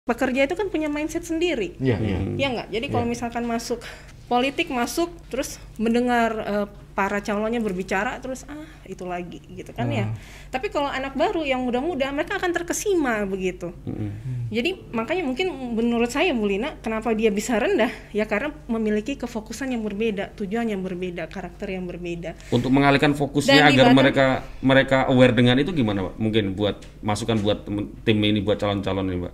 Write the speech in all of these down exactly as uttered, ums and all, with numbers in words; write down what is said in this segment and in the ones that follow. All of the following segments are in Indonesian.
pekerja itu kan punya mindset sendiri. Iya, iya. Iya nggak? Jadi kalau Iya. misalkan masuk politik masuk terus mendengar uh, para calonnya berbicara terus ah itu lagi gitu kan ya. Hmm. Tapi kalau anak baru yang muda-muda mereka akan terkesima begitu. Mm-mm. Jadi makanya mungkin menurut saya Bu Lina kenapa dia bisa rendah ya karena memiliki kefokusan yang berbeda, tujuan yang berbeda, karakter yang berbeda. Untuk mengalihkan fokusnya Dan agar dibantu- mereka mereka aware dengan itu gimana, Pak? Mungkin buat masukan buat temen- tim ini, buat calon-calon ini, Pak.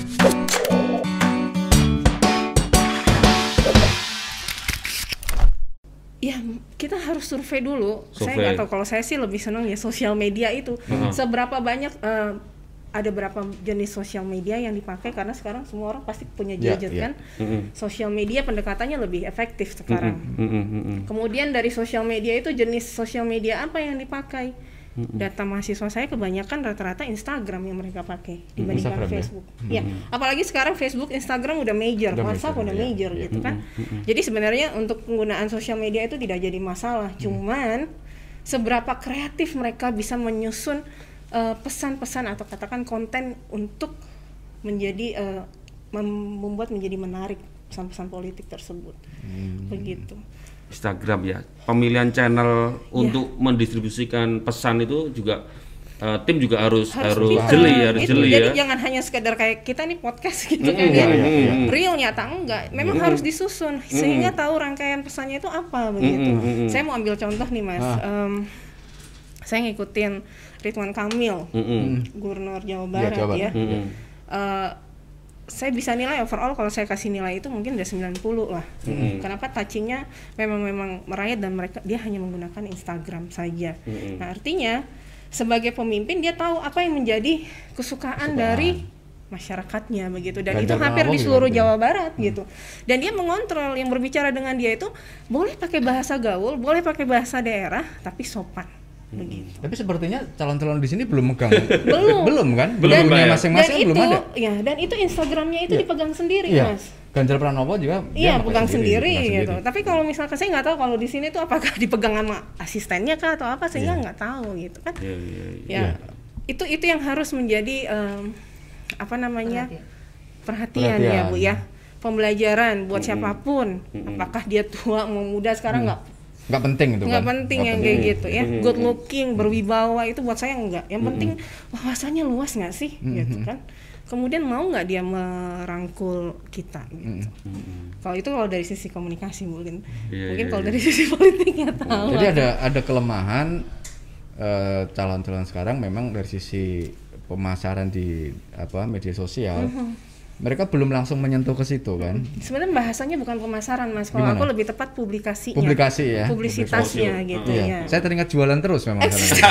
Ya kita harus survei dulu. Saya Survei. nggak tahu, kalau saya sih lebih senang ya sosial media itu. Mhm. Seberapa banyak eh, ada berapa jenis sosial media yang dipakai karena sekarang semua orang pasti punya Ya, gadget ya. kan. Mm-mm. Sosial media pendekatannya lebih efektif sekarang. Mm-mm, mm-mm, mm-mm. Kemudian dari sosial media itu jenis sosial media apa yang dipakai? Data mahasiswa saya kebanyakan rata-rata Instagram yang mereka pakai dibandingkan Instagram ya? Facebook. Ya, apalagi sekarang Facebook, Instagram udah major, Udah WhatsApp major, udah ya. major gitu kan. Jadi sebenarnya untuk penggunaan sosial media itu tidak jadi masalah, cuman seberapa kreatif mereka bisa menyusun uh, pesan-pesan atau katakan konten untuk menjadi uh, mem- membuat menjadi menarik pesan-pesan politik tersebut. Begitu. Instagram ya. Pemilihan channel untuk mendistribusikan pesan itu juga eh, tim juga harus harus, pintar. jeli, harus Itu, jeli jadi ya. jangan hanya sekedar kayak kita nih podcast gitu Mm-mm, kan ya. iya, iya, iya. Real nyata enggak. Memang harus disusun sehingga tahu rangkaian pesannya itu apa begitu. Mm-mm, mm-mm. Saya mau ambil contoh nih Mas. Ah. Em, saya ngikutin Ridwan Kamil, Mm-mm, Gubernur Jawa Iya, Barat Jawa Barat. ya. mm-mm. Eh, saya bisa nilai overall kalau saya kasih nilai itu mungkin udah sembilan puluh lah. Mm-mm. Kenapa touchingnya memang memang merayat dan mereka dia hanya menggunakan Instagram saja. Mm-mm. Nah artinya sebagai pemimpin dia tahu apa yang menjadi kesukaan, dari masyarakatnya begitu dan Ganjar itu hampir Pranowo di seluruh juga Jawa Barat gitu. Dan dia mengontrol yang berbicara dengan dia itu boleh pakai bahasa gaul, boleh pakai bahasa daerah tapi sopan. Begitu. Tapi sepertinya calon-calon di sini belum megang. Belum. belum kan? Belum, Belum punya Mbak, ya? masing-masing Dan belum itu ada. ya dan itu Instagramnya itu Iya. dipegang sendiri Iya. Mas. Ganjar Pranowo juga Iya, dia pegang pakai sendiri, pegang gitu. sendiri. Tapi kalau misalkan saya nggak tahu kalau di sini tuh apakah dipegang sama asistennya kah atau apa, saya nggak tahu gitu kan. Iya, iya, iya. Ya, itu itu yang harus menjadi em, apa namanya perhatian, Perhatian. ya Bu ya. Pembelajaran buat siapapun, apakah dia tua mau muda sekarang nggak Nggak penting itu nggak kan. penting Nggak yang penting. kayak gitu ya. Good looking, berwibawa itu buat saya enggak. Yang penting wawasannya luas nggak sih, gitu kan. Kemudian mau nggak dia merangkul kita gitu. Kalau itu kalau dari sisi komunikasi mungkin, Iya, mungkin iya, kalau iya. dari sisi politiknya tahu. Jadi ada ada kelemahan eh, calon-calon sekarang memang dari sisi pemasaran di apa media sosial. Mereka belum langsung menyentuh ke situ kan. Sebenarnya bahasanya bukan pemasaran Mas. Kalau Gimana? aku lebih tepat publikasinya. Publikasi ya. Publisitasnya Publikasi. gitu Iya. ya. Saya teringat jualan terus memang.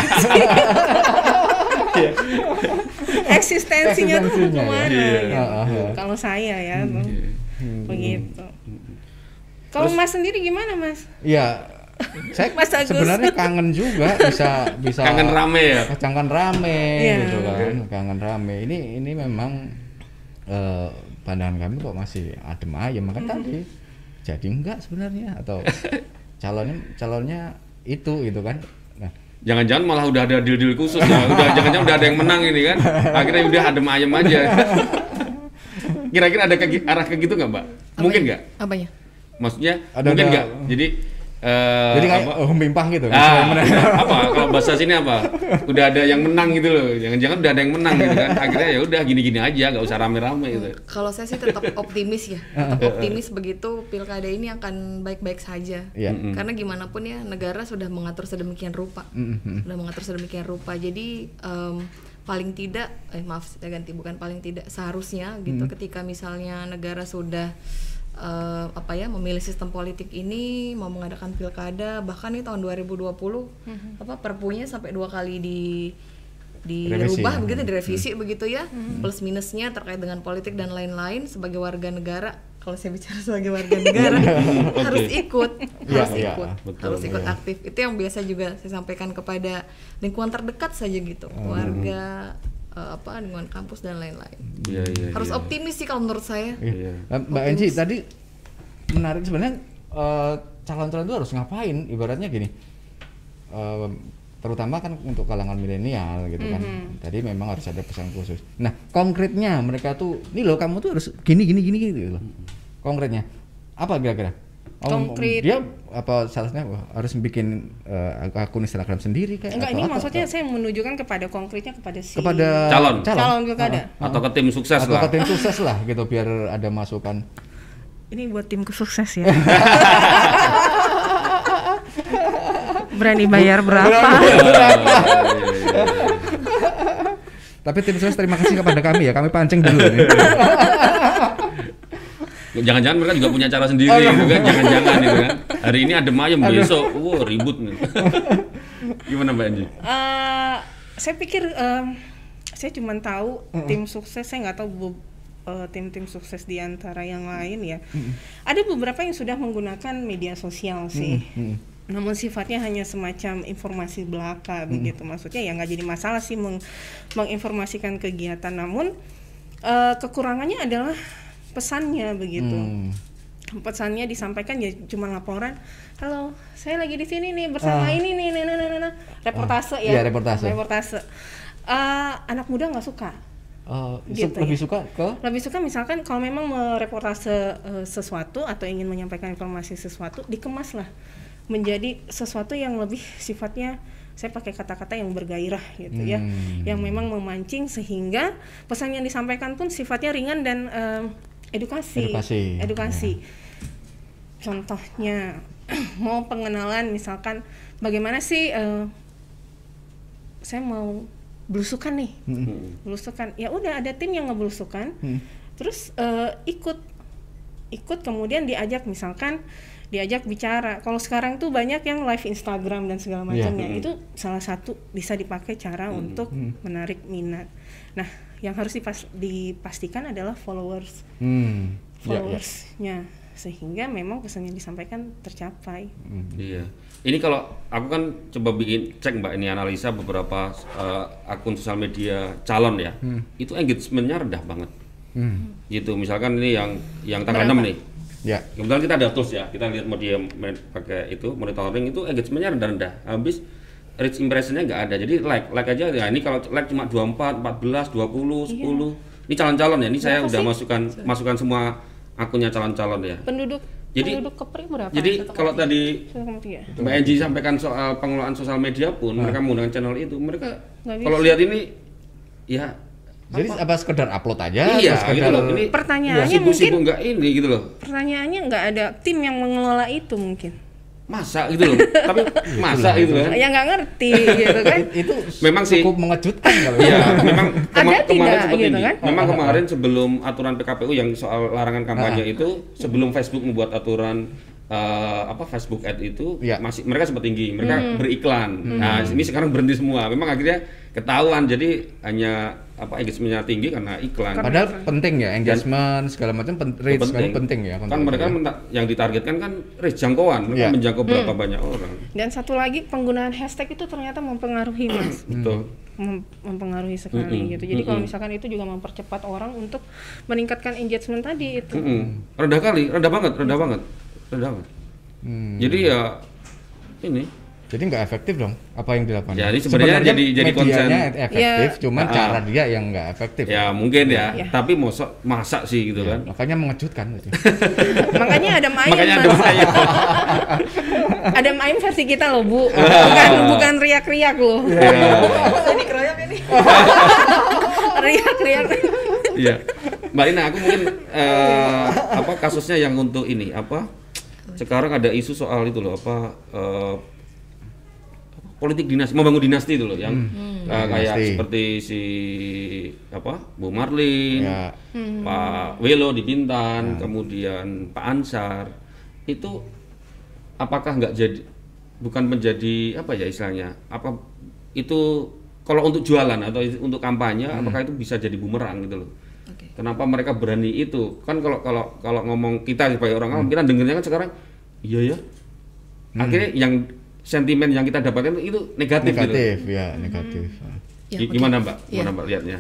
Eksistensinya tuh Eksistensinya, kemana? ya. gitu. Ah, ah, ah. Kalau saya ya, tuh. Begitu. Kalau Mas sendiri gimana Mas? Iya. Saya Mas Agus. sebenarnya kangen juga bisa bisa Kangen rame ya. kangen rame Iya. gitu kan. Kangen rame. Ini ini memang eh, pandangan kami kok masih adem ayem maka tadi. Jadi enggak sebenarnya atau calonnya calonnya itu gitu kan. Nah, Jangan-jangan malah udah ada deal-deal khusus ya. Udah jangan-jangan udah ada yang menang ini kan. Akhirnya udah adem ayem aja. Kira-kira ada ke, arah ke gitu nggak, Mbak? Mungkin nggak? Apanya? Maksudnya Ada- mungkin ada- nggak? Jadi eh, jadi kayak apa? oh, mimpah gitu. Ah, apa kalau bahasa sini apa? Udah ada yang menang gitu loh. Jangan-jangan udah ada yang menang gitu kan. Akhirnya ya udah gini-gini aja, nggak usah rame-rame gitu. Kalau saya sih tetap optimis ya, tetap optimis begitu pilkada ini akan baik-baik saja. Iya. Karena gimana pun ya negara sudah mengatur sedemikian rupa, Mm-mm. sudah mengatur sedemikian rupa. Jadi em, paling tidak, eh maaf saya ganti bukan paling tidak seharusnya gitu ketika misalnya negara sudah eh, apa ya memilih sistem politik ini mau mengadakan pilkada bahkan nih tahun dua ribu dua puluh apa perpunya sampai dua kali di dirubah Revisi. begitu direvisi begitu ya plus minusnya terkait dengan politik dan lain-lain sebagai warga negara kalau saya bicara sebagai warga negara harus ikut Iya, harus iya, ikut betul, harus ikut iya. aktif itu yang biasa juga saya sampaikan kepada lingkungan terdekat saja gitu keluarga eh, apa lingkungan kampus dan lain-lain Iya, iya. harus iya. optimis sih kalau menurut saya. Iya. Nah, Mbak Enci tadi menarik sebenarnya eh, calon-calon itu harus ngapain? Ibaratnya gini, eh, terutama kan untuk kalangan milenial gitu kan. Mhm. Tadi memang harus ada pesan khusus. Nah, konkretnya mereka tuh, nih loh kamu tuh harus gini gini gini gitu loh. Konkretnya apa kira-kira? Oh, Konkret. dia apa salahnya wah, harus bikin uh, akun Instagram sendiri kayak Enggak, atau ini apa, maksudnya atau- saya menunjukkan kepada konkretnya kepada si kepada Calon. calon pilkada. Ah, ah. Atau ke tim sukses atau lah. ke tim sukses lah gitu biar ada masukan. Ini buat timku sukses ya. Berani bayar berapa? Tapi tim sukses terima kasih kepada kami ya, kami pancing dulu nih. Jangan-jangan mereka juga punya cara sendiri gitu kan, jangan-jangan gitu kan. Hari ini adem ayem, besok wow ribut nih. Gimana Mbak Anji? Eh, saya pikir em, saya cuma tahu tim sukses, saya nggak tahu bu- eh, tim-tim sukses di antara yang lain ya. Ada beberapa yang sudah menggunakan media sosial sih. Hmm. Namun sifatnya hanya semacam informasi belaka begitu. Maksudnya ya nggak jadi masalah sih meng- menginformasikan kegiatan. Namun eh, kekurangannya adalah pesannya begitu. Hmm. Pesannya disampaikan ya cuma laporan, halo saya lagi di sini nih bersama Ah. ini nih, nah, nah, nah, nah, nah. reportase Ah, ya, iya, reportase. reportase. Eh, anak muda nggak suka, Uh, Gitu lebih ya. suka ke lebih suka misalkan kalau memang mereportase eh, sesuatu atau ingin menyampaikan informasi sesuatu, dikemas lah menjadi sesuatu yang lebih sifatnya, saya pakai kata-kata yang bergairah gitu ya, Hmm. yang memang memancing sehingga pesan yang disampaikan pun sifatnya ringan dan eh, edukasi, Edukasi, edukasi. Contohnya mau pengenalan misalkan bagaimana sih eh, saya mau belusukan nih, Hmm. belusukan, ya udah ada tim yang ngebelusukan, Hmm. terus eh, ikut ikut kemudian diajak misalkan diajak bicara. Kalau sekarang tuh banyak yang live Instagram dan segala Iya. macamnya, Hmm. itu salah satu bisa dipakai cara untuk menarik minat. Nah, yang harus dipas- dipastikan adalah followers, Hmm. Ya, ya. followersnya, sehingga memang pesan yang disampaikan tercapai. Iya. Ini kalau aku kan coba bikin cek Mbak ini analisa beberapa eh, akun sosial media calon ya. Itu engagementnya rendah banget. Hmm. Gitu. Misalkan ini yang yang tanggal enam nih. Ya. Kebetulan kita ada tools ya. Kita lihat media men- pakai itu monitoring itu engagementnya rendah-rendah. Habis reach impressionnya nggak ada. Jadi like like aja ya. Ini kalau like cuma dua puluh empat, empat belas, dua puluh, sepuluh. Ini calon-calon ya. Ini saya Berapa udah sih? masukkan masukkan semua akunnya calon-calon ya. Penduduk Jadi- penduduk Kepri berapa? Jadi satu kalau koma tiga? tadi satu koma tiga. Mbak Angie sampaikan soal pengelolaan sosial media pun mereka menggunakan channel itu, mereka Nggak kalau bisa. lihat ini ya Jadi apa, sekedar upload aja? iya atau gitu sekedar loh, ini Pertanyaannya ya, sibuk-sibuk mungkin- nggak ini gitu loh, Pertanyaannya nggak ada tim yang mengelola itu mungkin. masa gitu loh, tapi masa gitu kan? Ya nggak ngerti gitu kan. itu Memang sih. cukup mengejutkan kalau Iya, memang kema- Ada kemarin tidak, seperti gitu ini. kan? Memang kemarin sebelum aturan P K P U yang soal larangan kampanye Ah. itu, sebelum Facebook membuat aturan eh, apa Facebook Ad itu Ya. masih mereka sempat tinggi, mereka beriklan. Nah, ini sekarang berhenti semua. Memang akhirnya ketahuan, jadi hanya apa engagementnya tinggi karena iklan. padahal penting ya engagement segala macam pen, reach Itu kan penting ya Kan konten mereka ya. menta- yang ditargetkan kan reach jangkauan, mereka Iya. menjangkau berapa banyak orang. Dan satu lagi penggunaan hashtag itu ternyata mempengaruhi mas, Betul. Mem- mempengaruhi sekali Mm-mm. gitu. Jadi kalau Mm-mm. misalkan itu juga mempercepat orang untuk meningkatkan engagement tadi itu. Mm-mm. Rendah kali, rendah banget, rendah banget, rendah banget. Hmm. Jadi ya ini Jadi nggak efektif dong apa yang dilakukan. Jadi sebenarnya jadi- jadi medianya konsen. efektif, Ya. cuman Ah. cara dia yang nggak efektif. ya mungkin ya, Iya. tapi masa masa sih gitu kan. Makanya mengejutkan gitu. Makanya ada main Makanya mas. ada saya. Ada main versi kita loh bu, bukan bukan riak-riak loh. Saya dikeroyok ini. Riak-riak. Iya. Mbak Ina, aku mungkin eh, apa kasusnya yang untuk ini apa? Sekarang ada isu soal itu loh apa eh, politik dinasti, membangun dinasti itu loh yang eh, kayak Dinasti. seperti si apa Bu Marlin, Ya. Pak Welo di Bintan, kemudian Pak Ansar itu apakah nggak jadi bukan menjadi apa ya istilahnya apa itu kalau untuk jualan atau itu untuk kampanye apakah itu bisa jadi bumerang gitu loh. Oke. Kenapa mereka berani itu? Kan kalau kalau kalau ngomong kita sebagai orang awam kita dengernya kan sekarang iya ya. Akhirnya yang sentimen yang kita dapatkan itu negatif, Negatif gitu. ya, negatif. Ya, Gi- oke. Gimana Mbak? Ya. Gimana Mbak lihatnya?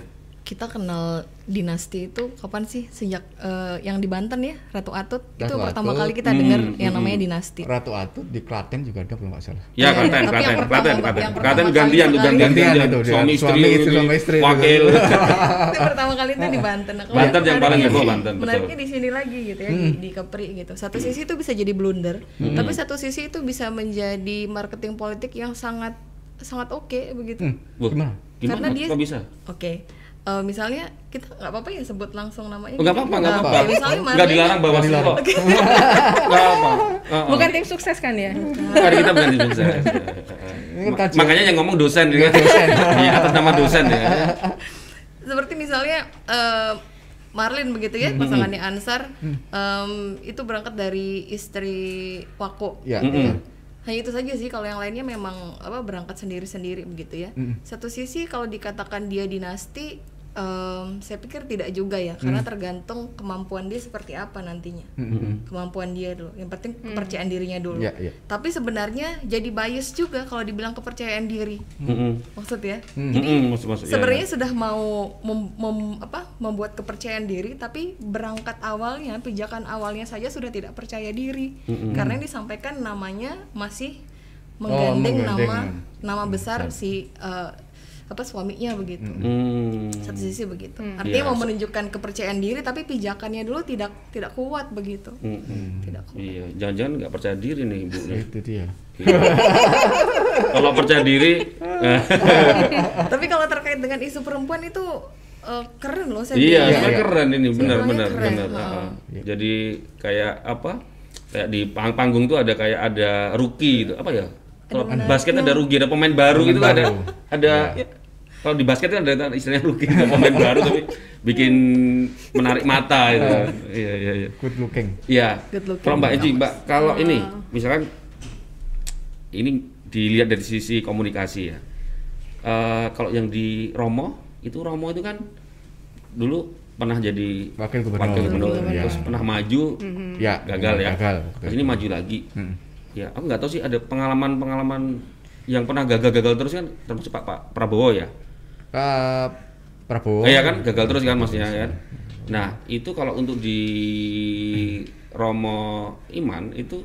kita kenal dinasti itu kapan sih? Sejak uh, yang di Banten ya, Ratu Atut. Ratu itu pertama Atut. kali kita Hmm, dengar hmm, yang namanya hmm. dinasti. Ratu Atut di Klaten juga ada kalau nggak salah. Ya, Klaten, Tapi yang Klaten, pertama- Klaten, yang Klaten. pertama Klaten kali gantian tuh, sekali. gantian Gantian gantian. itu, dia. Suami istri, Suami istri, suami istri itu. wakil. Itu pertama kali itu di Banten. Nah, kalau Banten yang paling menariknya- heboh, Banten, betul. Menariknya di sini lagi gitu ya, di, di Kepri gitu. Satu sisi itu bisa jadi blunder, tapi satu sisi itu bisa menjadi marketing politik yang sangat sangat oke begitu. Hmm, Wah, gimana? Gimana? Karena dia Kok bisa? Oke. Eh, misalnya kita nggak apa-apa ya sebut langsung namanya. Oh, nggak gitu. apa-apa, nggak Nah, apa-apa. kayak Misalnya Nggak Marley- dilarang bawa Nggak kok. Nggak apa. Heeh. Bukan tim sukses kan ya? Hari kita bukan tim sukses. Ini kan Ma- kajian. Makanya yang ngomong dosen gitu kan. Iya, atas nama dosen ya. Seperti misalnya eh, Marlin begitu ya, pasangannya Ansar em, itu berangkat dari istri Wako. Ya. Mm-mm. Hanya itu saja sih, kalau yang lainnya memang apa berangkat sendiri-sendiri begitu ya. Satu sisi kalau dikatakan dia dinasti, em, saya pikir tidak juga ya, karena tergantung kemampuan dia seperti apa nantinya. Kemampuan dia dulu. Yang penting kepercayaan dirinya dulu. Ya, ya. Tapi sebenarnya jadi bias juga kalau dibilang kepercayaan diri. Mm-mm. Maksud ya. Mm-mm, maksud-maksud, ya, Sebenarnya ya. sudah mau mem- mem- apa membuat kepercayaan diri, tapi berangkat awalnya, pijakan awalnya saja sudah tidak percaya diri. Karena yang disampaikan namanya masih menggandeng menggandeng. nama nama besar si eh, apa suaminya begitu. Hmm. Satu sisi begitu. Artinya Iya. mau menunjukkan kepercayaan diri, tapi pijakannya dulu tidak tidak kuat begitu. Mm-mm. Tidak kuat. Iya, jangan-jangan nggak percaya diri nih ibunya. Itu dia. Kalau percaya diri, eh, Tapi kalau terkait dengan isu perempuan itu eh, keren loh saya iya, bilang. sebenarnya keren ini, Sebenarnya benar-benar, keren, benar. ha. Heeh. Jadi kayak apa? Kayak di pang- panggung tuh ada kayak ada rookie gitu, apa ya? Kalau basket ada rookie, ada pemain baru Pemain gitu ada, baru. ada. Kalau di basket kan ada istilahnya rookie, ada pemain baru tapi bikin menarik mata gitu. Iya, iya, iya. Good looking. Iya. Good looking. Kalau Mbak Eji, Mbak, kalau ini misalkan ini dilihat dari sisi komunikasi ya. Eh, kalau yang di Romo itu Romo itu kan dulu pernah jadi Wakil gubernur. wakil gubernur, Iya. terus pernah maju, Ya, gagal ya. Gagal. Terus ini maju lagi. Hmm. Ya, aku nggak tahu sih ada pengalaman-pengalaman yang pernah gagal-gagal terus kan termasuk Pak, Pak Prabowo ya. Eh, Prabowo. Iya kan gagal terus kan maksudnya kan. Nah itu kalau untuk di Romo Iman itu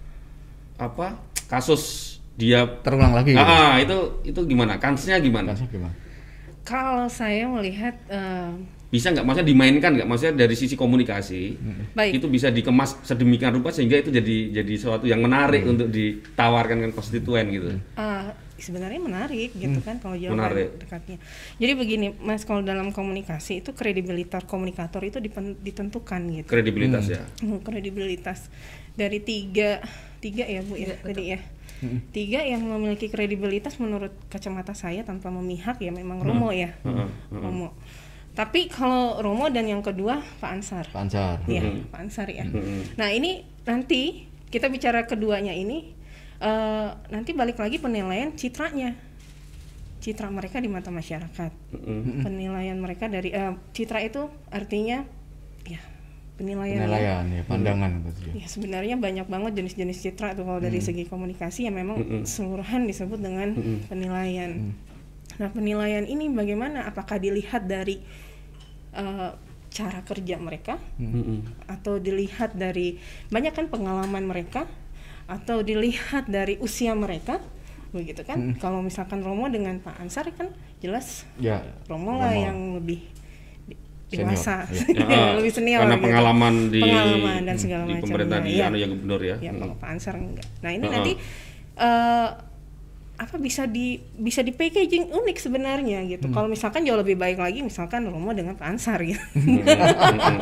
apa kasus dia Terulang lagi. ah, ah, itu itu gimana kansnya gimana? Kasusnya gimana? Kalau saya melihat eh, Bisa nggak maksudnya dimainkan nggak maksudnya dari sisi komunikasi baik. itu bisa dikemas sedemikian rupa sehingga itu jadi jadi sesuatu yang menarik untuk ditawarkan ke konstituen gitu. Ah, sebenarnya menarik gitu kan kalau jawaban Menarik. dekatnya. Jadi begini, Mas, kalau dalam komunikasi itu kredibilitas komunikator itu dipen- ditentukan gitu. Kredibilitas ya. Hmm, kredibilitas dari tiga tiga ya Bu ya Iya, tadi ya. Tiga yang memiliki kredibilitas menurut kacamata saya tanpa memihak ya memang Romo ya. Heeh, heeh. Romo. Tapi kalau Romo dan yang kedua Pak Ansar. Pak Ansar. Iya, Mhm. Pak Ansar ya. Mhm. Nah, ini nanti kita bicara keduanya ini eh, nanti balik lagi penilaian citranya. Citra mereka di mata masyarakat. Mhm. Penilaian mereka dari eh, citra itu artinya ya penilaian. ya. Penilaian ya, pandangan gitu ya. Ya sebenarnya banyak banget jenis-jenis citra tuh kalau dari segi komunikasi ya memang Mm-mm. seluruhan disebut dengan Mm-mm. penilaian. Nah penilaian ini bagaimana? Apakah dilihat dari eh, cara kerja mereka Mhm. atau dilihat dari banyak kan pengalaman mereka atau dilihat dari usia mereka begitu kan? Kalau misalkan Romo dengan Pak Ansar kan jelas Ya. Romo lah Romo. yang lebih di- Senior, dewasa, Ya, lebih senior karena gitu. pengalaman di Pengalaman dan segala di macam. pemerintahan Nah, di iya. anu ya gubernur ya. Ya Hmm. kalau Pak Ansar enggak. Nah ini Heeh. nanti eh, apa bisa di bisa di packaging unik sebenarnya gitu. Kalau misalkan jauh lebih baik lagi misalkan Romo dengan Pak Ansar gitu. Hmm, hmm, hmm, hmm,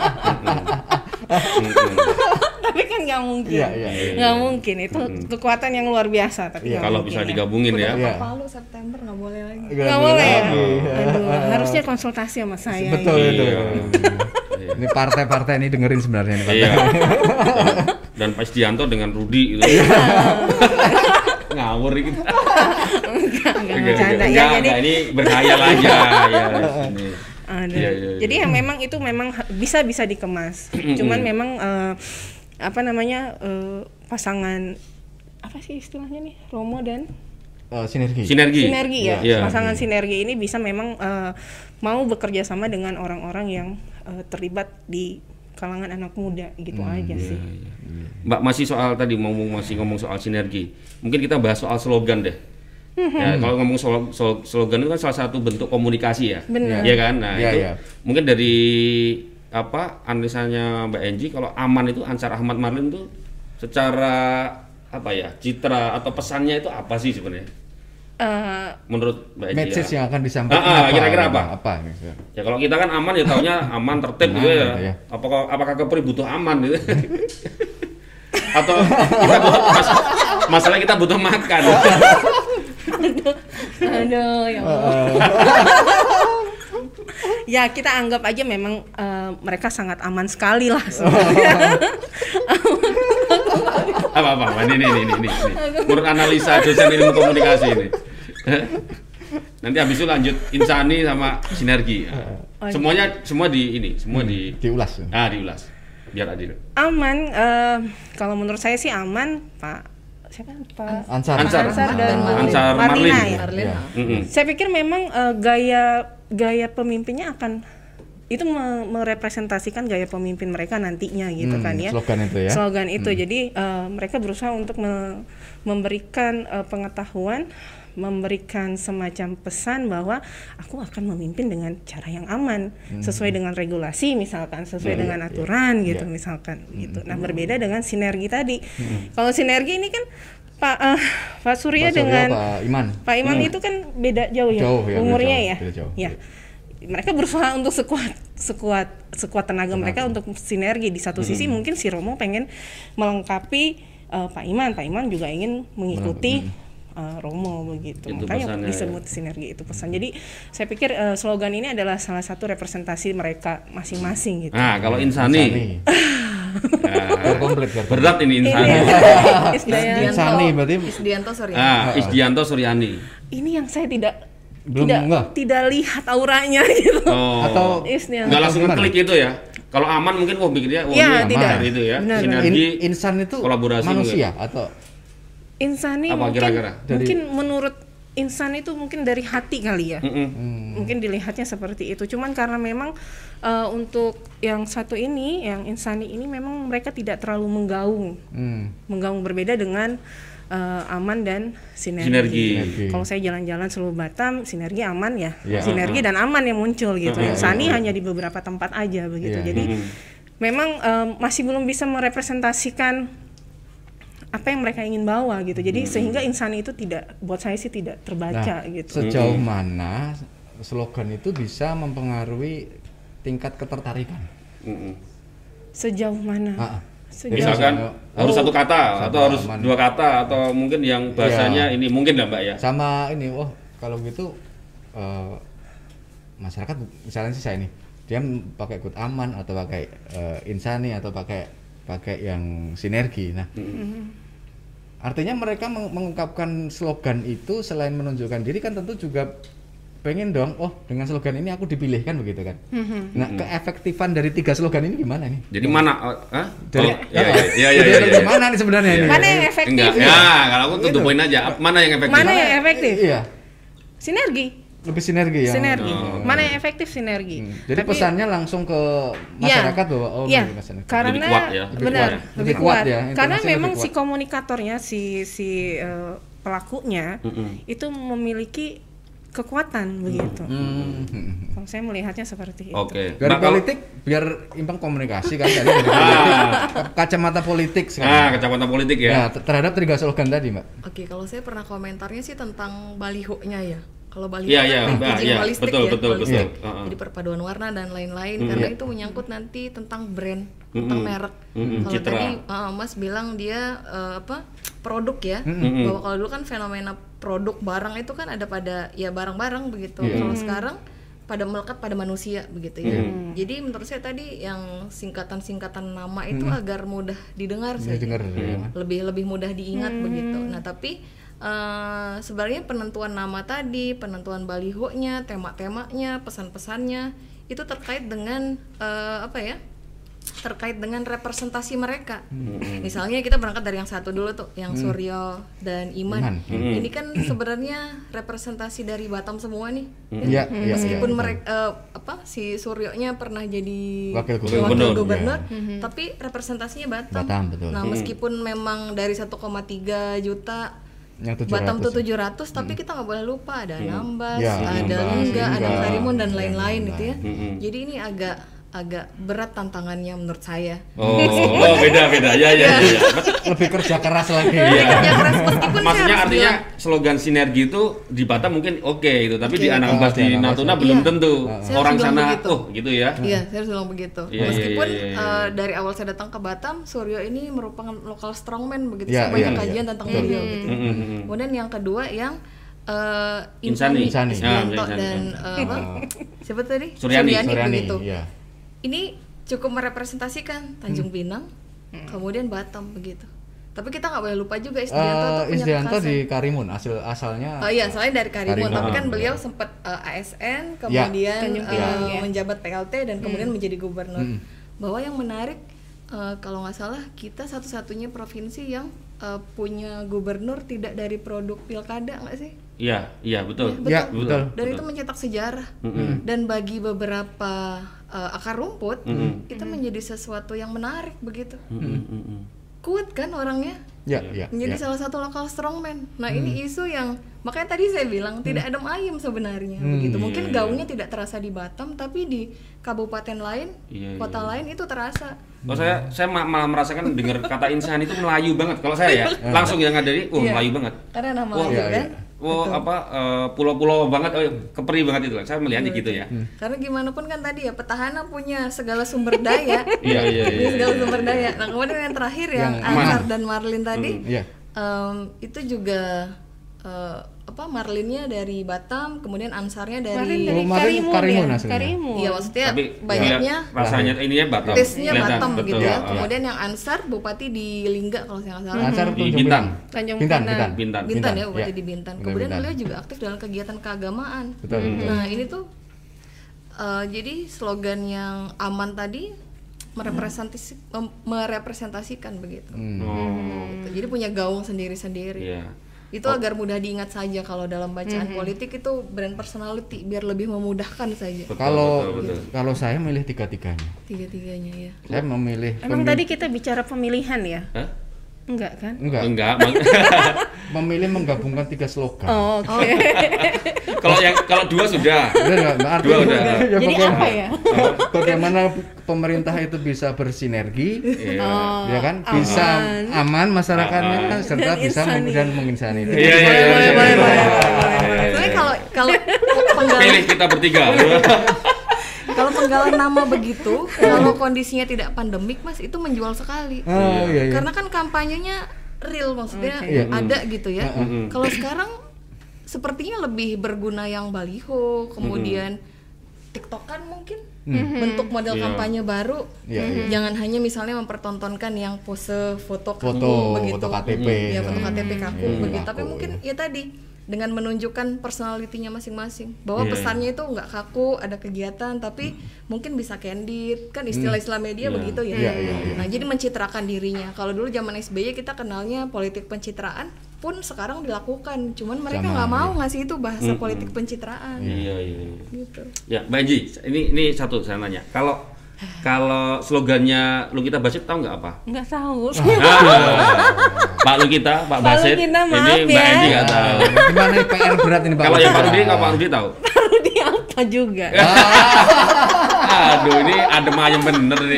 hmm, hmm. Tapi kan nggak mungkin. Iya, iya, iya. Nggak mungkin itu kekuatan yang luar biasa. Tapi Iya. nggak Kalau mungkin bisa ya. digabungin ya. Iya. Palu September nggak boleh lagi. Nggak boleh ya. lagi. Aduh, harusnya konsultasi sama saya. Betul ini. itu. Iya. Ini partai-partai ini dengerin sebenarnya nih. Iya. Dan Pak Isdianto dengan Rudi itu. Ngawur gitu. Enggak, enggak bercanda ya. Enggak, Jadi enggak, ini berkhayal aja ya. Ini. ada. Iya, iya, iya. Jadi yang memang itu memang ha- bisa bisa dikemas. Cuman memang eh, apa namanya eh, pasangan apa sih istilahnya nih Romo dan uh, sinergi. Sinergi. Sinergi ya, Iya. pasangan sinergi ini bisa memang uh, mau bekerja sama dengan orang-orang yang uh, terlibat di kalangan anak muda gitu Hmm, aja Iya, sih. iya. Mbak masih soal tadi ngomong masih ngomong soal sinergi. Mungkin kita bahas soal slogan deh. Ya, kalau ngomong soal, soal slogan itu kan salah satu bentuk komunikasi ya. Benar. Iya kan? Nah, Iya, itu iya. mungkin dari apa analisanya Mbak Enji, kalau aman itu Ansar Ahmad Marlin tuh secara apa ya, citra atau pesannya itu apa sih sebenarnya? Uh, Menurut Mbak Enji Message ya? yang akan disampaikan Ah, ah, kira-kira apa? Apa? gitu. Ya kalau kita kan aman ya taunya aman tertib gitu ya. Aman, ya. Apakah apakah Kepri butuh aman gitu? Atau kita butuh, mas, masalah kita butuh makan. aduh, ya Allah. Ya kita anggap aja memang uh, mereka sangat aman sekali lah sebenarnya. apa apa apa ini ini ini ini, ini. Menurut analisa dosen ilmu komunikasi ini. Nanti habis itu lanjut insani sama sinergi. Semuanya semua di ini semua di Diulas. ah diulas biar adil. Aman, uh, kalau menurut saya sih aman, Pak. Siapa Pak? Ansar. Ansar. Ansar dan Ansar Marlina Marlin. ya. Marlin. Ya. Mm-mm. Saya pikir memang uh, gaya gaya pemimpinnya akan itu me- merepresentasikan gaya pemimpin mereka nantinya gitu Hmm, kan ya. slogan itu ya. Slogan itu. Jadi uh, mereka berusaha untuk me- memberikan uh, pengetahuan, memberikan semacam pesan bahwa aku akan memimpin dengan cara yang aman, sesuai dengan regulasi misalkan, sesuai Ya, dengan ya, aturan ya. gitu Ya. misalkan gitu. Nah, berbeda dengan sinergi tadi. Kalau sinergi ini kan Pak uh, Pak Surya Pak Surya, dengan Pak Iman. Pak Iman Hmm. itu kan beda jauh ya, Jauh ya, beda umurnya jauh, ya. beda jauh. Ya. Mereka berusaha untuk sekuat sekuat sekuat tenaga, Tenaga. mereka untuk sinergi. Di satu sisi mungkin si Romo pengen melengkapi uh, Pak Iman, Pak Iman juga ingin mengikuti uh, Romo begitu. Itu Makanya pesannya, disebut sinergi itu pesan. Jadi saya pikir uh, slogan ini adalah salah satu representasi mereka masing-masing gitu. Nah, kalau insani, Insani. Biar nah, komplit, biar berat ini Ini insani. Isdaya- Insani berarti Isdianto sorry. Ah, Isdianto Suryani. ini yang saya tidak Belum tidak enggak? tidak lihat auranya gitu. Oh. Atau Isdianto. nggak langsung Gimana? ngeklik itu ya. Kalau aman mungkin wah pikirnya wah Ya, ini aman tidak. itu ya. Benar, Sinergi In- insan itu kolaborasi manusia atau Insani Apa mungkin kira-kira? Dari- mungkin menurut insan itu mungkin dari hati kali ya. Mm-mm. Hmm. Mungkin dilihatnya seperti itu. Cuman karena memang uh, untuk yang satu ini, yang insani ini memang mereka tidak terlalu menggaung. Hmm. Menggaung berbeda dengan uh, aman dan sinergi. Sinergi. Sinergi. Kalau saya jalan-jalan seluruh Batam, sinergi aman ya. Ya. Sinergi dan aman yang muncul gitu. Uh-uh. Insani hanya di beberapa tempat aja begitu. Ya. Jadi Mm-mm. memang um, masih belum bisa merepresentasikan apa yang mereka ingin bawa gitu. Jadi sehingga insani itu tidak, buat saya sih tidak terbaca Nah, gitu. sejauh mana slogan itu bisa mempengaruhi tingkat ketertarikan? Mm-mm. Sejauh mana? Ah, ah. Sejauh Misalkan Oh. harus satu kata Satu atau harus aman. dua kata atau mungkin yang bahasanya Ya. ini mungkin lah Mbak ya. Sama ini, oh kalau gitu eh, masyarakat misalnya sih saya nih, dia m- pakai kut aman atau pakai eh, insani atau pakai pakai yang sinergi. Nah, artinya mereka meng- mengungkapkan slogan itu selain menunjukkan diri kan tentu juga pengen dong, oh dengan slogan ini aku dipilih kan begitu kan. Nah, keefektifan dari tiga slogan ini gimana nih? Jadi mana? Oh, hah? Dari, Oh, iya, iya, iya, iya, Dari- iya, dari iya. mana nih sebenarnya ini? Mana yang efektif? Enggak. ya? Ya, kalau aku tuh Gitu. poin aja. Mana yang efektif? Mana yang efektif? Iya, Sinergi. lebih sinergi ya. Sinergi. Oh. Mana yang efektif sinergi. Hmm, Jadi Tapi- pesannya langsung ke Iya. masyarakat bahwa oh Iya, ini pesannya. karena Lebih kuat ya, lebih benar, kuat. lebih Lebih kuat. kuat ya, Karena informasinya memang lebih si kuat. komunikatornya, si si eh, pelakunya Mm-mm. itu memiliki kekuatan begitu. Hmm, hmm. Kalau saya melihatnya seperti itu. Oke. Dari Mbak, kalau- politik biar imbang komunikasi kan tadi dari politik, kacamata politik Ah, sekarang. kacamata politik ya. Nah, ter- terhadap tiga slogan tadi, Mbak. Oke, kalau saya pernah komentarnya sih tentang baliho-nya ya. Kalau baliho Iya, kan iya, packaging Mbak, iya, holistik betul, ya, betul, holistik. betul. Heeh. Jadi perpaduan warna dan lain-lain Mm, karena iya. itu menyangkut nanti tentang brand, Mm-mm. tentang merek. Mm-mm, Kalau citra. tadi uh, Mas bilang dia uh, apa? produk ya. Mm-mm. Bahwa kalau dulu kan fenomena produk barang itu kan ada pada ya barang-barang begitu. Iya. Kalau sekarang pada melekat pada manusia begitu ya. Mm. Jadi menurut saya tadi yang singkatan-singkatan nama itu agar mudah didengar Ini saja dengar ya. lebih lebih mudah diingat begitu. Nah tapi eh, sebenarnya penentuan nama tadi, penentuan balihonya, tema-temanya, pesan-pesannya itu terkait dengan eh, apa ya terkait dengan representasi mereka. Hmm. Misalnya kita berangkat dari yang satu dulu tuh, yang hmm. Suryo dan Iman. Iman. Hmm. Ini kan sebenarnya representasi dari Batam semua nih. Hmm. Ya, ya, meskipun ya, mereka uh, apa si Suryonya pernah jadi wakil gubernur, wakil gubernur ya. hmm. tapi representasinya Batam. Batam betul. Nah, meskipun hmm. memang dari satu koma tiga juta yang Batam tuh tujuh ratus, hmm. tapi kita nggak boleh lupa ada hmm. Nambas, ya, ada Lingga, ada Karimun dan lain-lain gitu ya. Hmm. Jadi ini agak agak berat tantangannya menurut saya. Oh, oh beda-beda ya ya ya. Lebih kerja keras lagi. Lebih kerja keras meskipun maksudnya artinya bilang, slogan sinergi itu di Batam mungkin oke okay, itu, tapi okay. di Anambas, oh, di Natuna belum iya. tentu. Saya orang sana begitu. Oh gitu ya. Iya, saya harus bilang begitu. Yeah, meskipun yeah, yeah, yeah. Uh, dari awal saya datang ke Batam, Suryo ini merupakan lokal strongman begitu. Yeah, saya banyak yeah, kajian yeah. tentang yeah. beliau gitu. Mm-hmm. Kemudian yang kedua yang uh, Insani, Insani, Insani. Ah, dan uh, apa? Siapa tadi? Suryani, Suryani, Suryani begitu. Yeah. Ini cukup merepresentasikan Tanjung Pinang, hmm. kemudian Batam begitu. Tapi kita nggak boleh lupa juga Isdianto uh, punya Isdianto di Karimun, asal asalnya. Oh iya, soalnya dari Karimun. Karimun. Tapi kan beliau sempat uh, A S N, kemudian ya. uh, ya. menjabat P L T dan kemudian hmm. menjadi gubernur. Hmm. Bahwa yang menarik, uh, kalau nggak salah kita satu-satunya provinsi yang uh, punya gubernur tidak dari produk pilkada, nggak sih? Iya, iya betul. Ya, betul. Ya, betul. Dan betul. Itu mencetak sejarah. Mm-hmm. Dan bagi beberapa uh, akar rumput, mm-hmm. itu menjadi sesuatu yang menarik begitu. Mm-hmm. Kuat kan orangnya? Ya, ya. Menjadi ya. salah satu lokal strongman. Nah, mm. ini isu yang makanya tadi saya bilang mm. tidak adem ayem sebenarnya mm. begitu. Mungkin yeah, gaungnya yeah. tidak terasa di Batam, tapi di kabupaten lain, yeah, kota yeah. lain itu terasa. Kalau saya saya malah merasakan dengar kata Insani itu Melayu banget. Kalau saya ya, langsung yang ada di, oh yeah. Melayu banget. Karena nama Melayu oh, kan. Oh betul. Apa uh, pulau-pulau banget, oh, keperi banget itu kan. Saya melihatnya gitu ya. Hmm. Karena gimana pun kan tadi ya petahana punya segala sumber daya. Iya iya iya. Segala sumber daya. Nah kemudian yang terakhir yang, yang Ansar dan Marlin tadi, hmm. yeah. um, itu juga uh, apa Marlinnya dari Batam, kemudian Ansarnya dari, dari Karimun, Karimun ya. Karimun. Iya maksudnya tapi, banyaknya ya, rasanya ininya Batam. Tesnya Batam begitu ya. ya. Kemudian yang Ansar Bupati di Lingga kalau saya nggak salah. Ansar di Bintan. Tanjung Bintan, Bintan. Bintan. Bintan ya Bupati ya. Di Bintan. Kemudian Bintan. Beliau juga aktif dalam kegiatan keagamaan. Betul, hmm. betul. Nah ini tuh uh, jadi slogan yang aman tadi merepresentasi mem- merepresentasikan begitu. Hmm. Oh. Gitu. Jadi punya gaung sendiri-sendiri. Yeah. Itu oh. agar mudah diingat saja kalau dalam bacaan mm-hmm. politik itu brand personality biar lebih memudahkan saja. Kalau gitu. Kalau saya milih tiga-tiganya. Tiga-tiganya ya. Saya memilih. Emang pemilih. Tadi kita bicara pemilihan ya? Hah? Enggak kan? Enggak. Enggak. Memilih menggabungkan tiga slogan. Oh, oke. Okay. Kalau yang kalau dua sudah. Dua, dua udah. Ya, jadi apa ya? Bagaimana pemerintah itu bisa bersinergi, oh, ya kan? Bisa aman, aman masyarakatnya, aman. Serta dan bisa dan menginsani. Iya iya iya. Boleh boleh boleh. Tapi kalau kalau pilih kita bertiga. Kalau penggalan nama begitu, kalau kondisinya tidak pandemik, Mas, itu menjual sekali. Oh, iya, iya. Karena kan kampanyenya real, maksudnya okay. ada gitu ya. Mm-hmm. Kalau sekarang sepertinya lebih berguna yang baliho, kemudian mm-hmm. TikTokan mungkin mm-hmm. bentuk model yeah. kampanye baru. Yeah, yeah. Jangan hanya misalnya mempertontonkan yang pose foto kaku foto, begitu, foto K T P, ya foto K T P kaku mm-hmm. begitu. Tapi kaku, mungkin ya. ya tadi dengan menunjukkan personalitinya masing-masing bahwa yeah. pesannya itu nggak kaku, ada kegiatan tapi hmm. mungkin bisa candid kan istilah-istilah media yeah. begitu ya. Yeah, yeah, yeah. Nah jadi mencitrakan dirinya. Kalau dulu zaman S B Y kita kenalnya politik pencitraan pun sekarang dilakukan, cuman mereka nggak mau iya. ngasih itu bahasa hmm. politik pencitraan. Iya iya. Gitu. Ya Mbak Anji, ini ini satu saya nanya. Kalau Kalau slogannya Lukita Basit tahu nggak apa? Nggak tahu. Nah, Pak Lukita, Pak Basit, Lukita, ini Mbak Anji nggak tahu. Gimana nih P R berat ini Pak? Kalau yang Pak Rudi, kalau Pak Rudi tahu? Pak Rudi apa juga? Aduh, ini adem ayem bener nih.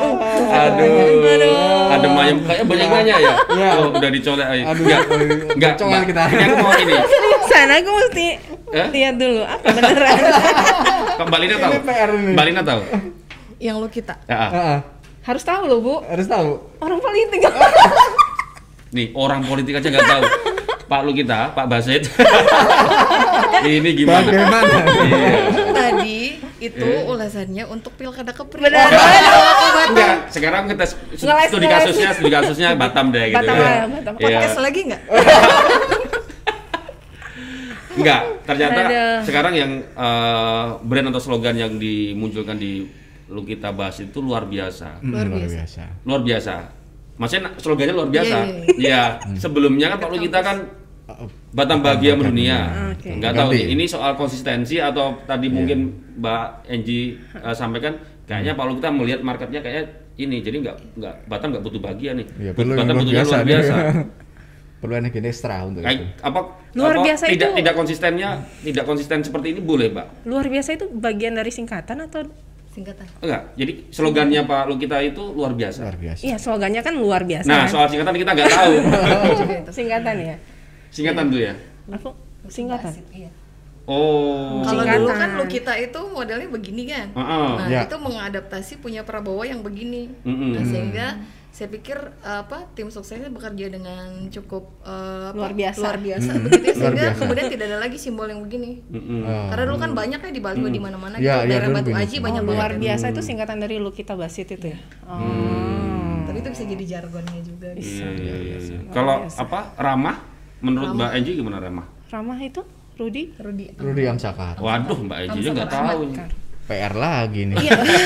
Aduh, adem ayem kayaknya banyak nanya ya. Oh, udah dicolek aja. Enggak, enggak. Colek kita. Ini aku mau ini. Seriusan, aku mesti lihat dulu apa beneran. Mbak Lina tahu? Mbak Lina tahu? Yang lo kita ya, uh-uh. harus tahu loh Bu, harus tahu orang politik. Nih orang politik aja nggak tahu. Pak Lukita, Pak Basit. Ini gimana? Bagaimana? Iya. Tadi itu ulasannya untuk pilkada Kepri. Benar. Enggak, sekarang kita studi kasusnya, studi kasusnya Batam deh gitu. Batam, ya. Batam. Podcast ya. Lagi nggak? Enggak, ternyata Aduh. sekarang yang uh, brand atau slogan yang dimunculkan di lu kita bahas itu luar biasa. Mm, Luar luar biasa. biasa. Luar biasa. Maksudnya slogannya luar biasa. Iya, iya, Iya, sebelumnya kan Pak Lu kita kan Batam Bahagia Mendunia. Oke. Nggak tahu Ganti. nih, ini soal konsistensi atau tadi mungkin Mbak Enji uh, sampaikan kayaknya Pak Lu kita melihat marketnya kayak ini, jadi nggak nggak Batam nggak butuh bahagia nih. Iya, perlu yang Batam luar butuhnya biasa. luar biasa. Perlu energi ekstra untuk itu. Kayak apa? Luar apa, biasa tidak itu- tidak konsistennya, tidak konsisten seperti ini boleh, Pak? Luar biasa itu bagian dari singkatan atau Singkatan. Enggak. Jadi slogannya Pak Lu kita itu luar biasa. Luar biasa. iya slogannya kan luar biasa. Nah, kan? soal singkatan kita nggak tahu. Singkatan ya. Singkatan tuh ya. Aku singkatan. Iya. Oh. Kalau Singkatan. dulu kan lu kita itu modelnya begini kan. Heeh. Nah, Ya. itu mengadaptasi punya Prabowo yang begini. Mm-mm. Nah, sehingga saya pikir apa tim suksesnya bekerja dengan cukup eh, apa, Luar biasa. luar biasa begitu ya, Luar sehingga biasa. kemudian tidak ada lagi simbol yang begini. Mm-mm. Oh. Karena dulu kan banyak ya di baliho di mana-mana Ya, gitu. ya, Daerah dulu Batu begini. Aji Oh, banyak Oh, banget. luar kan. biasa itu singkatan dari lu kita basit itu ya. Oh. Tapi itu bisa jadi jargonnya juga. Iya, iya, iya, iya. Kalau apa ramah? Menurut Mbak Enji gimana ramah? Ramah itu Rudi? Rudi. Rudi Amsakar. Waduh, Mbak Enji Amsakar nggak tahu. P R lagi nih.